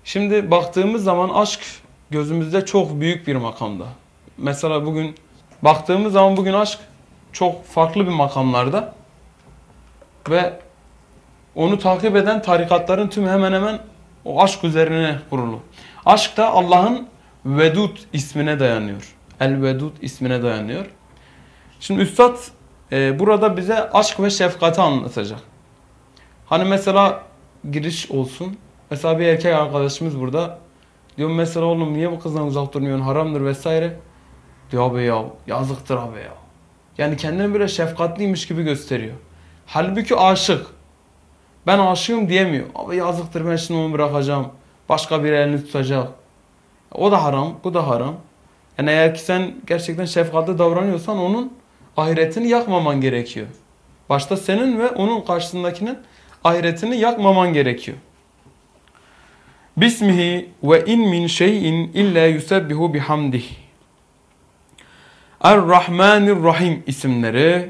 Şimdi baktığımız zaman aşk gözümüzde çok büyük bir makamda. Mesela bugün baktığımız zaman bugün aşk çok farklı bir makamlarda ve onu takip eden tarikatların tümü hemen hemen o aşk üzerine kurulu. Aşk da Allah'ın Vedud ismine dayanıyor. El-Vedud ismine dayanıyor. Şimdi Üstad burada bize aşk ve şefkati anlatacak. Hani mesela giriş olsun. Mesela bir erkek arkadaşımız burada. Diyor mesela oğlum niye bu kızdan uzak durmuyorsun, haramdır vesaire. Diyor abi ya yazıktır abi ya. Yani kendini böyle şefkatliymiş gibi gösteriyor. Halbuki aşık. Ben aşığım diyemiyor. Abi yazıktır ben şimdi onu bırakacağım. Başka bir elini tutacak. O da haram, bu da haram. Yani eğer ki sen gerçekten şefkatli davranıyorsan onun ahiretini yakmaman gerekiyor. Başta senin ve onun karşısındakinin ahiretini yakmaman gerekiyor. Bismihi ve in min şeyin illa yusebbihu bihamdih. Er-Rahmanir-Rahim isimleri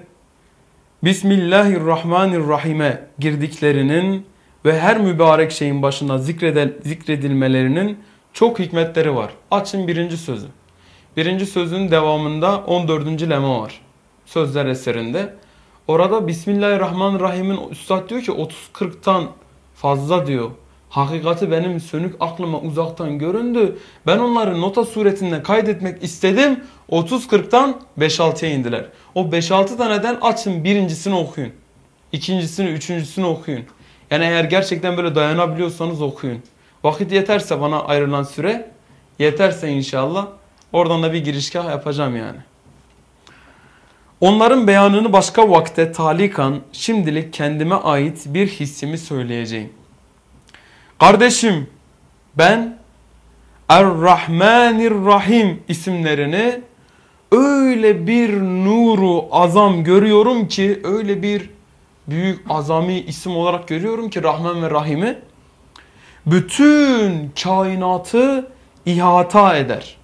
Bismillahirrahmanirrahim'e girdiklerinin ve her mübarek şeyin başına zikredilmelerinin çok hikmetleri var. Açın birinci sözü. Birinci sözün devamında 14. lema var. Sözler eserinde. Orada Bismillahirrahmanirrahim'in üstad diyor ki 30-40'tan fazla diyor. Hakikati benim sönük aklıma uzaktan göründü. Ben onları nota suretinde kaydetmek istedim. 30-40'tan 5-6'ya indiler. O 5-6 taneden açın birincisini okuyun. İkincisini, üçüncüsünü okuyun. Yani eğer gerçekten böyle dayanabiliyorsanız okuyun. Vakit yeterse bana ayrılan süre yeterse inşallah oradan da bir girişgah yapacağım yani. Onların beyanını başka vakte talikan şimdilik kendime ait bir hissimi söyleyeceğim. Kardeşim ben Er-Rahmanir-Rahim isimlerini öyle bir nuru azam görüyorum ki, öyle bir büyük azami isim olarak görüyorum ki Rahman ve Rahim'i bütün kainatı ihata eder.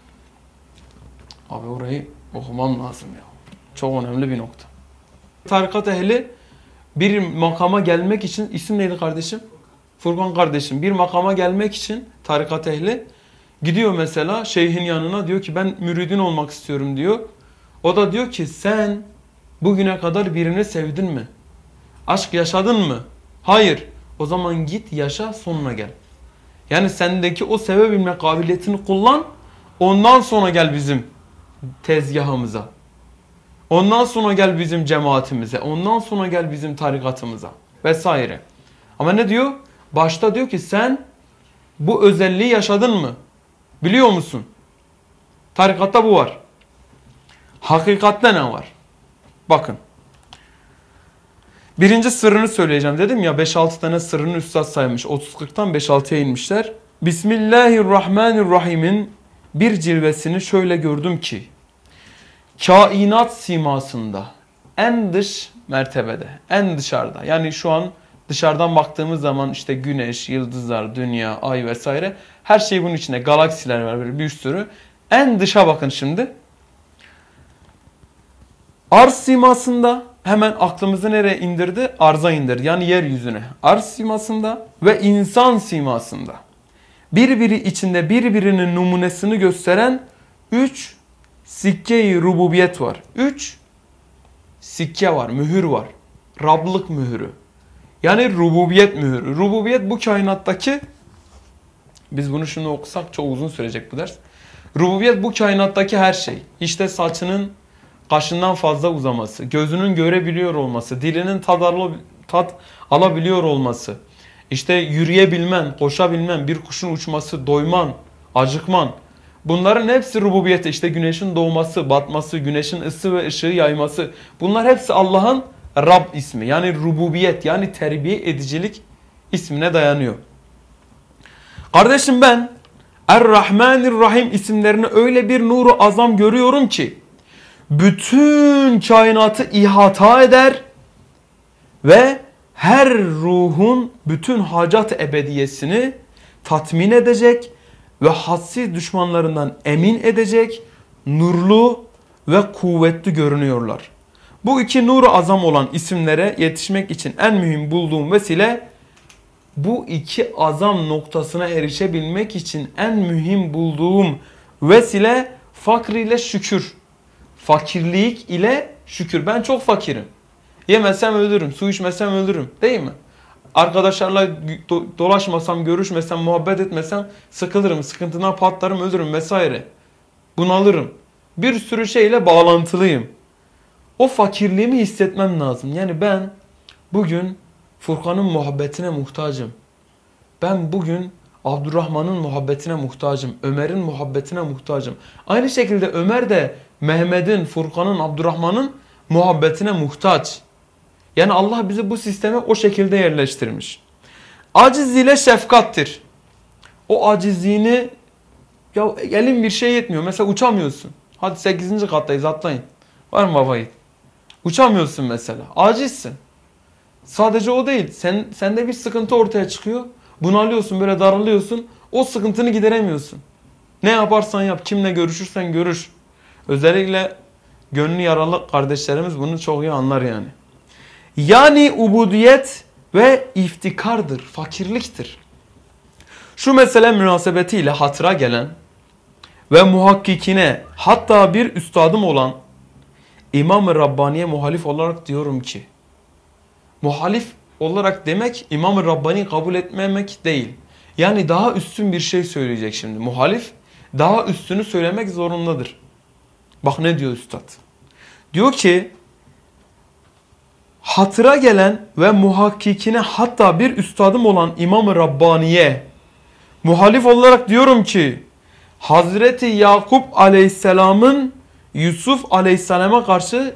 Abi orayı okumam lazım ya. Çok önemli bir nokta. Tarikat ehli bir makama gelmek için, isim neydi kardeşim? Furkan kardeşim bir makama gelmek için tarikat ehli gidiyor mesela şeyhin yanına, diyor ki ben müridin olmak istiyorum diyor. O da diyor ki sen bugüne kadar birini sevdin mi? Aşk yaşadın mı? Hayır. O zaman git yaşa sonra gel. Yani sendeki o sevebilme kabiliyetini kullan, ondan sonra gel bizim tezgahımıza. Ondan sonra gel bizim cemaatimize. Ondan sonra gel bizim tarikatımıza vesaire. Ama ne diyor? Başta diyor ki sen bu özelliği yaşadın mı? Biliyor musun? Tarikatta bu var. Hakikatte ne var? Bakın. Birinci sırrını söyleyeceğim. Dedim ya 5-6 tane sırrını üstad saymış. 30-40'tan 5-6'ya inmişler. Bismillahirrahmanirrahim'in bir cilvesini şöyle gördüm ki kainat simasında en dış mertebede, en dışarıda. Yani şu an dışarıdan baktığımız zaman işte güneş, yıldızlar, dünya, ay vesaire her şey bunun içinde. Galaksiler var böyle bir sürü. En dışa bakın şimdi. Arz simasında hemen aklımızı nereye indirdi? Arza indirdi. Yani yeryüzüne. Arz simasında ve insan simasında. Birbiri içinde birbirinin numunesini gösteren 3 sikke-i rububiyet var. 3 sikke var, mühür var. Rablık mühürü. Yani rububiyet mühürü. Rububiyet bu kainattaki, biz bunu şimdi okusak çok uzun sürecek bu ders. Rububiyet bu kainattaki her şey. İşte saçının kaşından fazla uzaması, gözünün görebiliyor olması, dilinin tat alabiliyor olması, işte yürüyebilmen, koşabilmen, bir kuşun uçması, doyman, acıkman. Bunların hepsi rububiyete. İşte güneşin doğması, batması, güneşin ısı ve ışığı yayması. Bunlar hepsi Allah'ın Rab ismi. Yani rububiyet, yani terbiye edicilik ismine dayanıyor. Kardeşim ben Er-Rahmanir-Rahim isimlerini öyle bir nuru azam görüyorum ki bütün kainatı ihata eder ve her ruhun bütün hacat ebediyesini tatmin edecek ve hadsiz düşmanlarından emin edecek nurlu ve kuvvetli görünüyorlar. Bu iki nuru azam olan isimlere yetişmek için en mühim bulduğum vesile Bu iki azam noktasına erişebilmek için en mühim bulduğum vesile fakr ile şükür. Fakirlik ile şükür. Ben çok fakirim. Yemesem ölürüm, su içmesem ölürüm. Değil mi? Arkadaşlarla dolaşmasam, görüşmesem, muhabbet etmesem sıkılırım, sıkıntıdan patlarım, ölürüm vesaire. Bunalırım. Bir sürü şeyle bağlantılıyım. O fakirliğimi hissetmem lazım. Yani ben bugün Furkan'ın muhabbetine muhtacım. Ben bugün Abdurrahman'ın muhabbetine muhtacım. Ömer'in muhabbetine muhtacım. Aynı şekilde Ömer de Mehmet'in, Furkan'ın, Abdurrahman'ın muhabbetine muhtaç. Yani Allah bizi bu sisteme o şekilde yerleştirmiş. Aciz ile şefkattir. O acizliğini, ya elin bir şey yetmiyor. Mesela uçamıyorsun. Hadi 8. kattayız, atlayın. Var mı baba yiğit? Uçamıyorsun mesela. Acizsin. Sadece o değil. Sende bir sıkıntı ortaya çıkıyor. Bunalıyorsun, böyle daralıyorsun. O sıkıntını gideremiyorsun. Ne yaparsan yap, kimle görüşürsen görüş. Özellikle gönlü yaralı kardeşlerimiz bunu çok iyi anlar yani. Yani ubudiyet ve iftikardır, fakirliktir. Şu mesele münasebetiyle hatıra gelen ve muhakkikine, hatta bir üstadım olan İmam-ı Rabbani'ye muhalif olarak diyorum ki, muhalif olarak demek İmam-ı Rabbani kabul etmemek değil. Yani daha üstün bir şey söyleyecek şimdi. Muhalif daha üstünü söylemek zorundadır. Bak ne diyor üstad. Diyor ki, hatıra gelen ve muhakkikine, hatta bir üstadım olan İmam-ı Rabbani'ye muhalif olarak diyorum ki, Hazreti Yakup Aleyhisselam'ın Yusuf Aleyhisselam'a karşı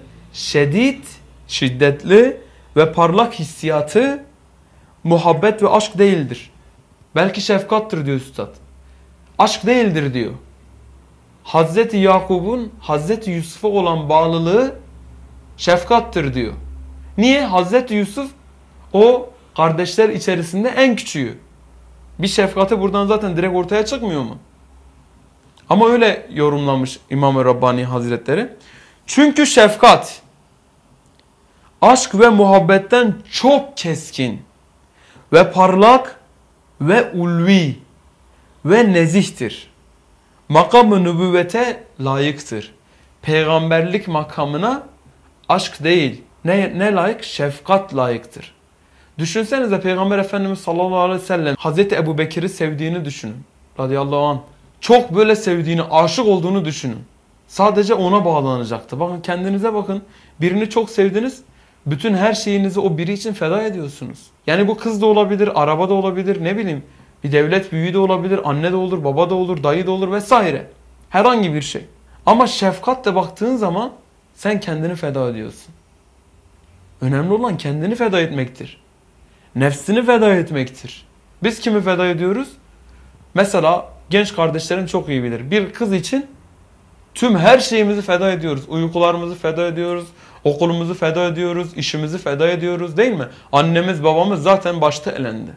şiddetli ve parlak hissiyatı muhabbet ve aşk değildir. Belki şefkattır diyor üstad. Aşk değildir diyor. Hazreti Yakup'un Hazreti Yusuf'a olan bağlılığı şefkattır diyor. Niye? Hazreti Yusuf o kardeşler içerisinde en küçüğü. Bir şefkati buradan zaten direkt ortaya çıkmıyor mu? Ama öyle yorumlamış İmam-ı Rabbani Hazretleri. Çünkü şefkat, aşk ve muhabbetten çok keskin ve parlak ve ulvi ve nezihtir. Makam-ı nübüvvete layıktır. Peygamberlik makamına aşk değil. Ne layık? Şefkat layıktır. Düşünsenize Peygamber Efendimiz sallallahu aleyhi ve sellem Hazreti Ebu Bekir'i sevdiğini düşünün. Radıyallahu anh. Çok böyle sevdiğini, aşık olduğunu düşünün. Sadece ona bağlanacaktı. Bakın kendinize bakın. Birini çok sevdiniz. Bütün her şeyinizi o biri için feda ediyorsunuz. Yani bu kız da olabilir, araba da olabilir, ne bileyim. Bir devlet büyüğü de olabilir, anne de olur, baba da olur, dayı da olur vesaire. Herhangi bir şey. Ama şefkatle baktığın zaman sen kendini feda ediyorsun. Önemli olan kendini feda etmektir. Nefsini feda etmektir. Biz kimi feda ediyoruz? Mesela genç kardeşlerim çok iyi bilir. Bir kız için tüm her şeyimizi feda ediyoruz. Uykularımızı feda ediyoruz. Okulumuzu feda ediyoruz. İşimizi feda ediyoruz, değil mi? Annemiz babamız zaten başta elendi.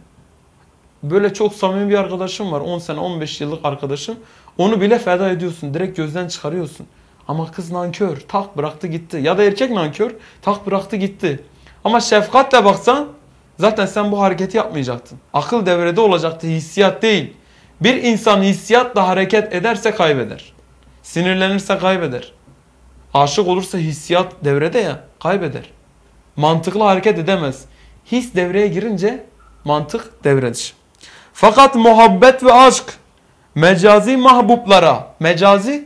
Böyle çok samimi bir arkadaşım var. 10 sene 15 yıllık arkadaşım. Onu bile feda ediyorsun. Direkt gözden çıkarıyorsun. Ama kız nankör. Tak bıraktı gitti. Ya da erkek nankör. Tak bıraktı gitti. Ama şefkatle baksan zaten sen bu hareketi yapmayacaktın. Akıl devrede olacaktı. Hissiyat değil. Bir insan hissiyatla hareket ederse kaybeder. Sinirlenirse kaybeder. Aşık olursa hissiyat devrede ya, kaybeder. Mantıklı hareket edemez. His devreye girince mantık devre dışı. Fakat muhabbet ve aşk mecazi mahbublara, mecazi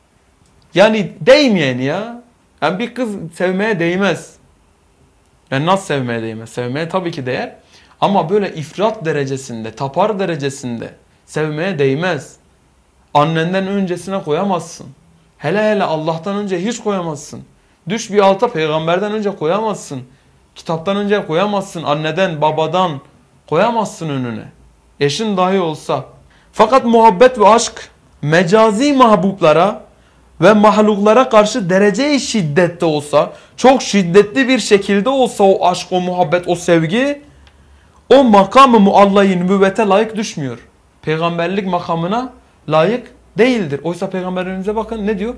yani değmeyen ya. Yani bir kız sevmeye değmez. Yani nasıl sevmeye değmez? Sevmeye tabii ki değer. Ama böyle ifrat derecesinde, tapar derecesinde sevmeye değmez. Annenden öncesine koyamazsın. Hele hele Allah'tan önce hiç koyamazsın. Düş bir alta, peygamberden önce koyamazsın. Kitaptan önce koyamazsın. Anneden, babadan koyamazsın önüne. Eşin dahi olsa. Fakat muhabbet ve aşk mecazi mahbublara ve mahluklara karşı derece-i şiddette olsa, çok şiddetli bir şekilde olsa o aşk, o muhabbet, o sevgi, o makam-ı muallayı nübüvvete layık düşmüyor. Peygamberlik makamına layık değildir. Oysa Peygamberimize bakın ne diyor?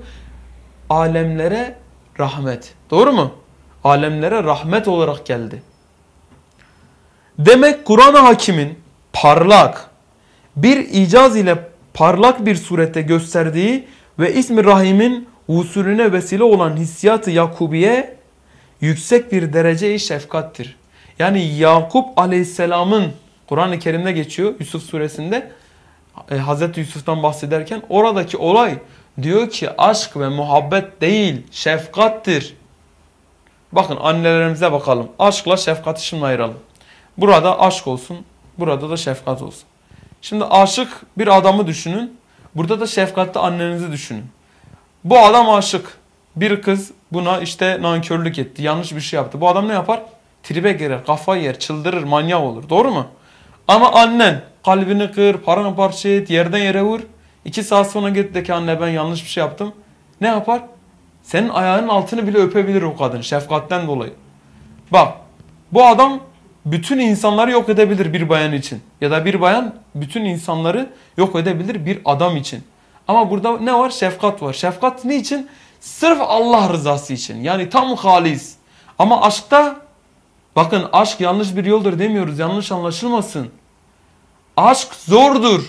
Alemlere rahmet. Doğru mu? Alemlere rahmet olarak geldi. Demek Kur'an-ı Hakim'in parlak bir icaz ile parlak bir surette gösterdiği ve İsmi Rahim'in usulüne vesile olan hissiyat-ı Yakubiye yüksek bir derece-i şefkattir. Yani Yakup Aleyhisselam'ın Kur'an-ı Kerim'de geçiyor Yusuf suresinde Hazreti Yusuf'tan bahsederken oradaki olay diyor ki aşk ve muhabbet değil şefkattir. Bakın annelerimize bakalım. Aşkla şefkati şimdi ayıralım. Burada aşk olsun, burada da şefkat olsun. Şimdi aşık bir adamı düşünün. Burada da şefkatli annenizi düşünün. Bu adam aşık. Bir kız buna işte nankörlük etti. Yanlış bir şey yaptı. Bu adam ne yapar? Tribe girer, kafayı yer, çıldırır, manyak olur. Doğru mu? Ama annen kalbini kır, paramparça et, yerden yere vur. 2 saat sonra git de ki anne ben yanlış bir şey yaptım. Ne yapar? Senin ayağının altını bile öpebilir o kadın şefkatten dolayı. Bak bu adam bütün insanları yok edebilir bir bayan için. Ya da bir bayan bütün insanları yok edebilir bir adam için. Ama burada ne var? Şefkat var. Şefkat ne için? Sırf Allah rızası için. Yani tam halis. Ama aşkta bakın aşk yanlış bir yoldur demiyoruz. Yanlış anlaşılmasın. Aşk zordur.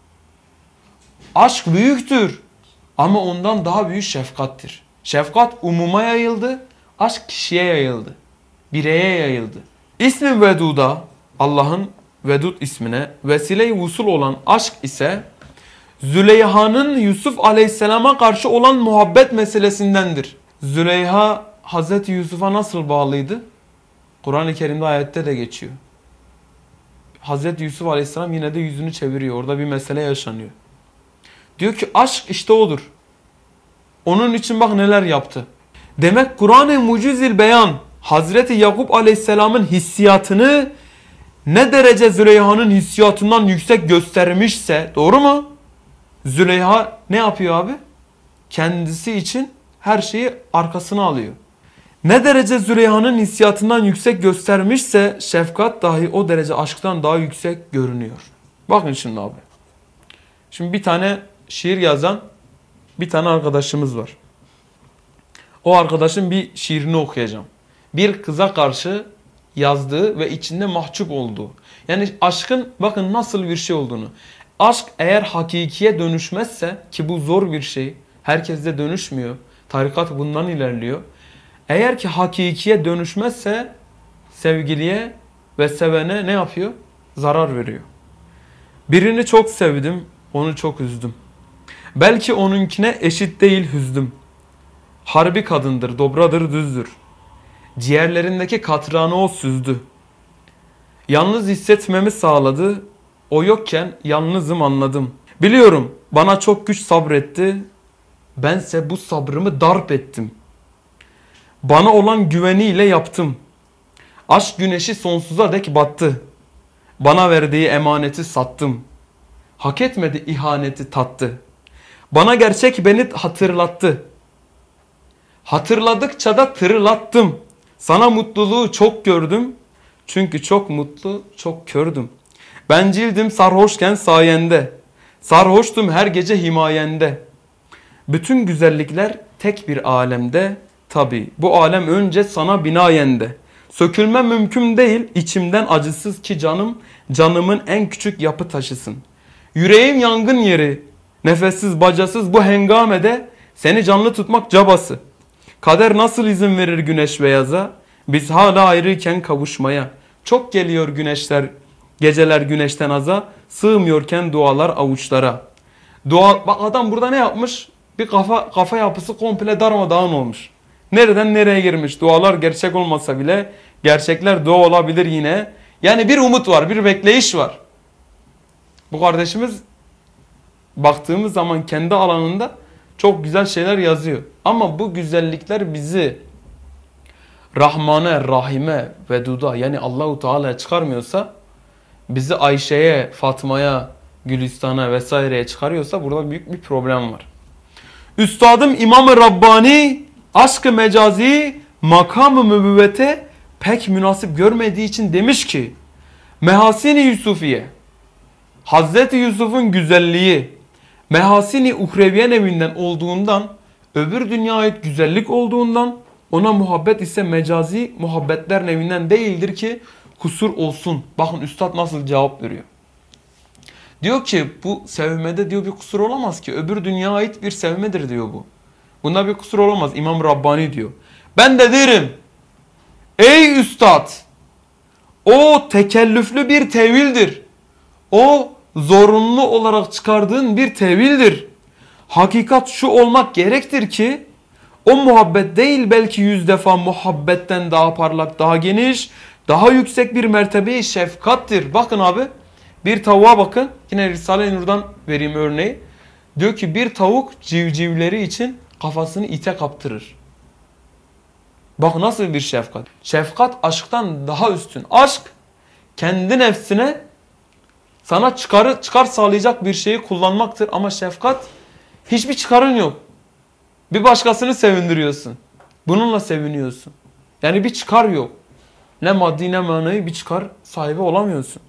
Aşk büyüktür. Ama ondan daha büyük şefkattir. Şefkat umuma yayıldı. Aşk kişiye yayıldı. Bireye yayıldı. İsmi Vedud'a Allah'ın Vedud ismine vesile-i vusul olan aşk ise Züleyha'nın Yusuf Aleyhisselam'a karşı olan muhabbet meselesindendir. Züleyha Hazreti Yusuf'a nasıl bağlıydı? Kur'an-ı Kerim'de ayette de geçiyor. Hazreti Yusuf Aleyhisselam yine de yüzünü çeviriyor. Orada bir mesele yaşanıyor. Diyor ki aşk işte odur. Onun için bak neler yaptı. Demek Kur'an-ı Mucizil Beyan Hazreti Yakup Aleyhisselam'ın hissiyatını ne derece Züleyha'nın hissiyatından yüksek göstermişse doğru mu? Züleyha ne yapıyor abi? Kendisi için her şeyi arkasına alıyor. Ne derece Züleyha'nın hissiyatından yüksek göstermişse şefkat dahi o derece aşktan daha yüksek görünüyor. Bakın şimdi abi. Şimdi bir tane şiir yazan bir tane arkadaşımız var. O arkadaşın bir şiirini okuyacağım. Bir kıza karşı yazdığı ve içinde mahcup olduğu. Yani aşkın bakın nasıl bir şey olduğunu. Aşk eğer hakikiye dönüşmezse ki bu zor bir şey. Herkeste dönüşmüyor. Tarikat bundan ilerliyor. Eğer ki hakikiye dönüşmezse sevgiliye ve sevene ne yapıyor? Zarar veriyor. Birini çok sevdim, onu çok üzdüm. Belki onunkine eşit değil hüzdüm. Harbi kadındır, dobradır, düzdür. Ciğerlerindeki katranı o süzdü. Yalnız hissetmemi sağladı. O yokken yalnızım anladım. Biliyorum bana çok güç sabretti. Bense bu sabrımı darp ettim. Bana olan güveniyle yaptım. Aşk güneşi sonsuza dek battı. Bana verdiği emaneti sattım. Hak etmedi ihaneti tattı. Bana gerçek beni hatırlattı. Hatırladıkça da tırlattım. Sana mutluluğu çok gördüm. Çünkü çok mutlu, çok kördüm. Bencildim sarhoşken sayende. Sarhoştum her gece himayende. Bütün güzellikler tek bir alemde. Tabi bu alem önce sana binayende. Sökülme mümkün değil içimden acısız ki canımın en küçük yapı taşısın. Yüreğim yangın yeri. Nefessiz bacasız bu hengamede seni canlı tutmak cabası. Kader nasıl izin verir güneş ve yaza? Biz hala ayrıyken kavuşmaya. Çok geliyor güneşler, geceler güneşten aza. Sığmıyorken dualar avuçlara. Bak adam burada ne yapmış? Bir kafa yapısı komple darmadağın olmuş. Nereden nereye girmiş? Dualar gerçek olmasa bile gerçekler dua olabilir yine. Yani bir umut var, bir bekleyiş var. Bu kardeşimiz baktığımız zaman kendi alanında çok güzel şeyler yazıyor. Ama bu güzellikler bizi Rahman'e, Rahim'e, Vedud'a yani Allahu Teala'ya çıkarmıyorsa, bizi Ayşe'ye, Fatma'ya, Gülistan'a vesaireye çıkarıyorsa burada büyük bir problem var. Üstadım İmam-ı Rabbani aşk-ı mecazi makam-ı mübüvvete pek münasip görmediği için demiş ki Mehasini Yusufiye Hazreti Yusuf'un güzelliği Mehasini uhreviye nevinden olduğundan öbür dünyaya ait güzellik olduğundan ona muhabbet ise mecazi muhabbetler nevinden değildir ki kusur olsun. Bakın üstad nasıl cevap veriyor. Diyor ki bu sevmede diyor bir kusur olamaz ki. Öbür dünyaya ait bir sevmedir diyor bu. Bunda bir kusur olamaz. İmam Rabbani diyor. Ben de derim. Ey üstad. O tekellüflü bir tevildir. O zorunlu olarak çıkardığın bir tevildir. Hakikat şu olmak gerektir ki o muhabbet değil belki 100 defa muhabbetten daha parlak, daha geniş, daha yüksek bir mertebeyi şefkattir. Bakın abi bir tavuğa bakın. Yine Risale-i Nur'dan vereyim örneği. Diyor ki bir tavuk civcivleri için kafasını ite kaptırır. Bak nasıl bir şefkat. Şefkat aşktan daha üstün. Aşk kendi nefsine sana çıkar sağlayacak bir şeyi kullanmaktır. Ama şefkat hiçbir çıkarın yok. Bir başkasını sevindiriyorsun. Bununla seviniyorsun. Yani bir çıkar yok. Ne maddi ne manevi bir çıkar sahibi olamıyorsun.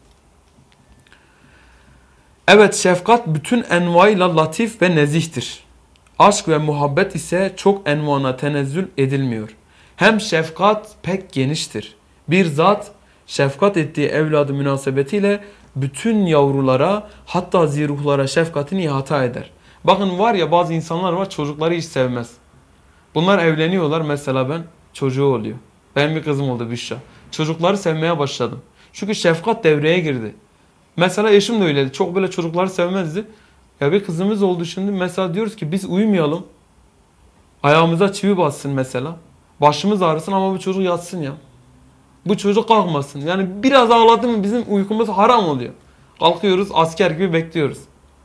Evet şefkat bütün envaiyle latif ve nezihtir. Aşk ve muhabbet ise çok envana tenezzül edilmiyor. Hem şefkat pek geniştir. Bir zat şefkat ettiği evladı münasebetiyle bütün yavrulara hatta ziruhlara şefkatini ihata eder. Bakın var ya bazı insanlar var çocukları hiç sevmez. Bunlar evleniyorlar mesela ben çocuğu oluyor. Benim bir kızım oldu Büşra. Çocukları sevmeye başladım. Çünkü şefkat devreye girdi. Mesela eşim de öyleydi. Çok böyle çocukları sevmezdi. Ya bir kızımız oldu şimdi. Mesela diyoruz ki biz uyumayalım. Ayağımıza çivi bassın mesela. Başımız ağrısın ama bu çocuk yatsın ya. Bu çocuk kalkmasın. Yani biraz ağladı mı bizim uykumuz haram oluyor. Kalkıyoruz asker gibi bekliyoruz.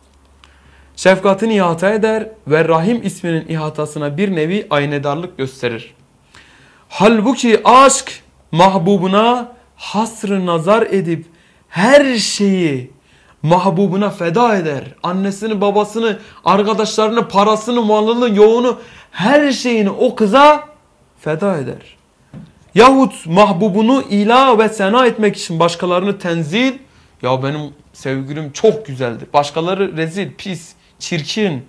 Şefkatini ihata eder ve Rahim isminin ihatasına bir nevi aynedarlık gösterir. Halbuki aşk mahbubuna hasr-ı nazar edip her şeyi mahbubuna feda eder. Annesini, babasını, arkadaşlarını, parasını, malını, yoğunu her şeyini o kıza feda eder. Yahut mahbubunu ilah ve sena etmek için başkalarını tenzil. Ya benim sevgilim çok güzeldi. Başkaları rezil, pis, çirkin.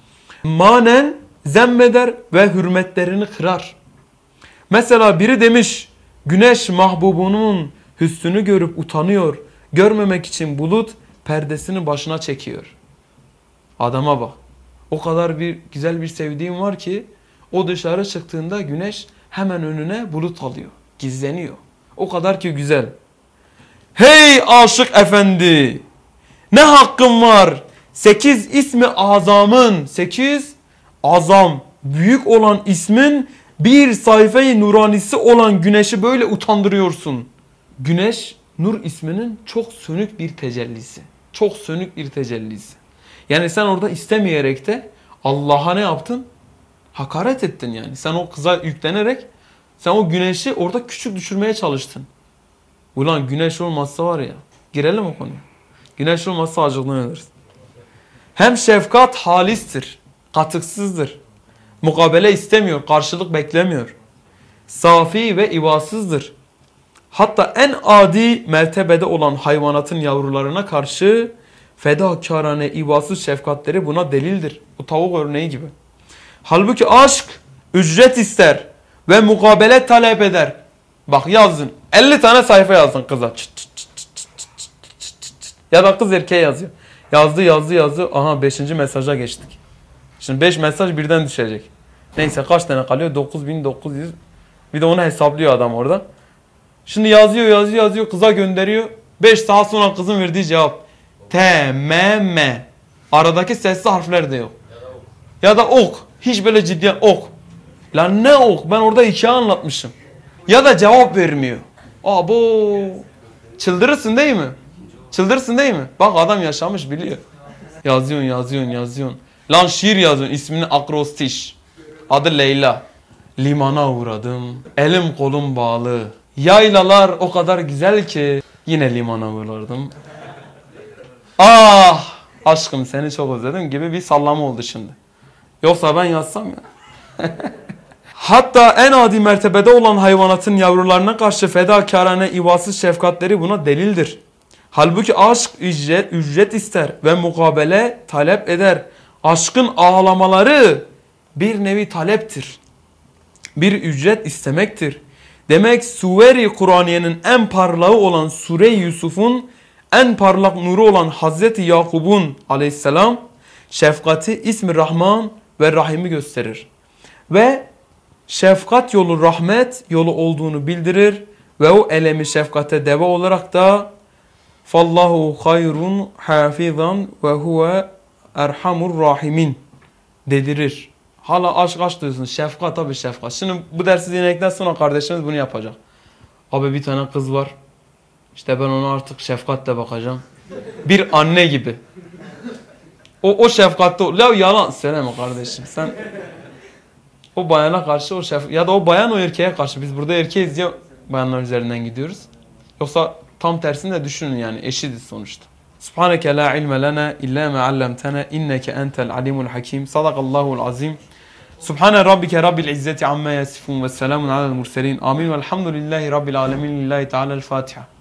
Manen zemmeder ve hürmetlerini kırar. Mesela biri demiş güneş mahbubunun hüsnünü görüp utanıyor. Görmemek için bulut perdesini başına çekiyor. Adama bak. O kadar bir güzel bir sevdiğim var ki o dışarı çıktığında güneş hemen önüne bulut alıyor. Gizleniyor. O kadar ki güzel. Hey aşık efendi! Ne hakkın var? 8 ismi azamın, 8 azam, büyük olan ismin bir sayfayı nuranisi olan güneşi böyle utandırıyorsun. Güneş, nur isminin çok sönük bir tecellisi. Çok sönük bir tecellisi. Yani sen orada istemeyerek de Allah'a ne yaptın? Hakaret ettin yani. Sen o kıza yüklenerek sen o güneşi orada küçük düşürmeye çalıştın. Ulan güneş olmazsa var ya. Girelim o konuya. Güneş olmazsa acıktan ölürsün. Hem şefkat halistir. Katıksızdır. Mukabele istemiyor. Karşılık beklemiyor. Safi ve ivasızdır. Hatta en adi mertebede olan hayvanatın yavrularına karşı fedakarane, ivasız şefkatleri buna delildir. Bu tavuk örneği gibi. Halbuki aşk ücret ister ve mukabele talep eder. Bak yazın. 50 tane sayfa yazdın kıza. Ya da kız erkeğe yazıyor. Yazdı. Aha 5. mesaja geçtik. Şimdi 5 mesaj birden düşecek. Neyse kaç tane kalıyor? 9900. Bir de onu hesaplıyor adam orada. Şimdi yazıyor. Kıza gönderiyor. 5 saat sonra kızın verdiği cevap. T-M-M. Aradaki sesli harfler de yok. Ya da ok. Hiç böyle ciddi ok. Lan ne ok? Ben orada hikaye anlatmışım. Ya da cevap vermiyor. Abo. Çıldırırsın değil mi? Çıldırırsın değil mi? Bak adam yaşamış biliyor. Yazıyorsun. Lan şiir yazıyorsun. İsmini akrostiş. Adı Leyla. Limana uğradım. Elim kolum bağlı. Yaylalar o kadar güzel ki yine limana uğradım. Ah aşkım seni çok özledim gibi bir sallama oldu şimdi. Yoksa ben yazsam ya. Hatta en adi mertebede olan hayvanatın yavrularına karşı fedakarane ivasız şefkatleri buna delildir. Halbuki aşk ücret ister ve mukabele talep eder. Aşkın ağlamaları bir nevi taleptir. Bir ücret istemektir. Demek Sure-i Kur'aniye'nin en parlağı olan Sure-i Yusuf'un en parlak nuru olan Hazreti Yakub'un aleyhisselam şefkati ismi Rahman ve Rahim'i gösterir. Ve şefkat yolu rahmet yolu olduğunu bildirir ve o elemi şefkate deva olarak da fallahu hayrun hafizan ve huve erhamur rahimin dedirir. Hala aşk diyorsun. Şefkat tabii şefkat. Şimdi bu dersi dinledikten sonra kardeşimiz bunu yapacak. Abi bir tane kız var. İşte ben ona artık şefkatle bakacağım. Bir anne gibi. O şefkatte ol. Ya yalan söyleme kardeşim. Sen o bayana karşı o ya da o bayan o erkeğe karşı. Biz burada erkeğiz ya bayanlar üzerinden gidiyoruz. Yoksa tam tersini de düşünün yani eşitiz sonuçta. Subhaneke la ilme lana illa ma allamtana inneke entel alimul hakim. Sadakallahul azim. Subhane rabbike rabbil izzeti amma yasifun ve selamun alel murselin. Amin velhamdülillahi rabbil alemin. Lillahi teala'l Fatiha.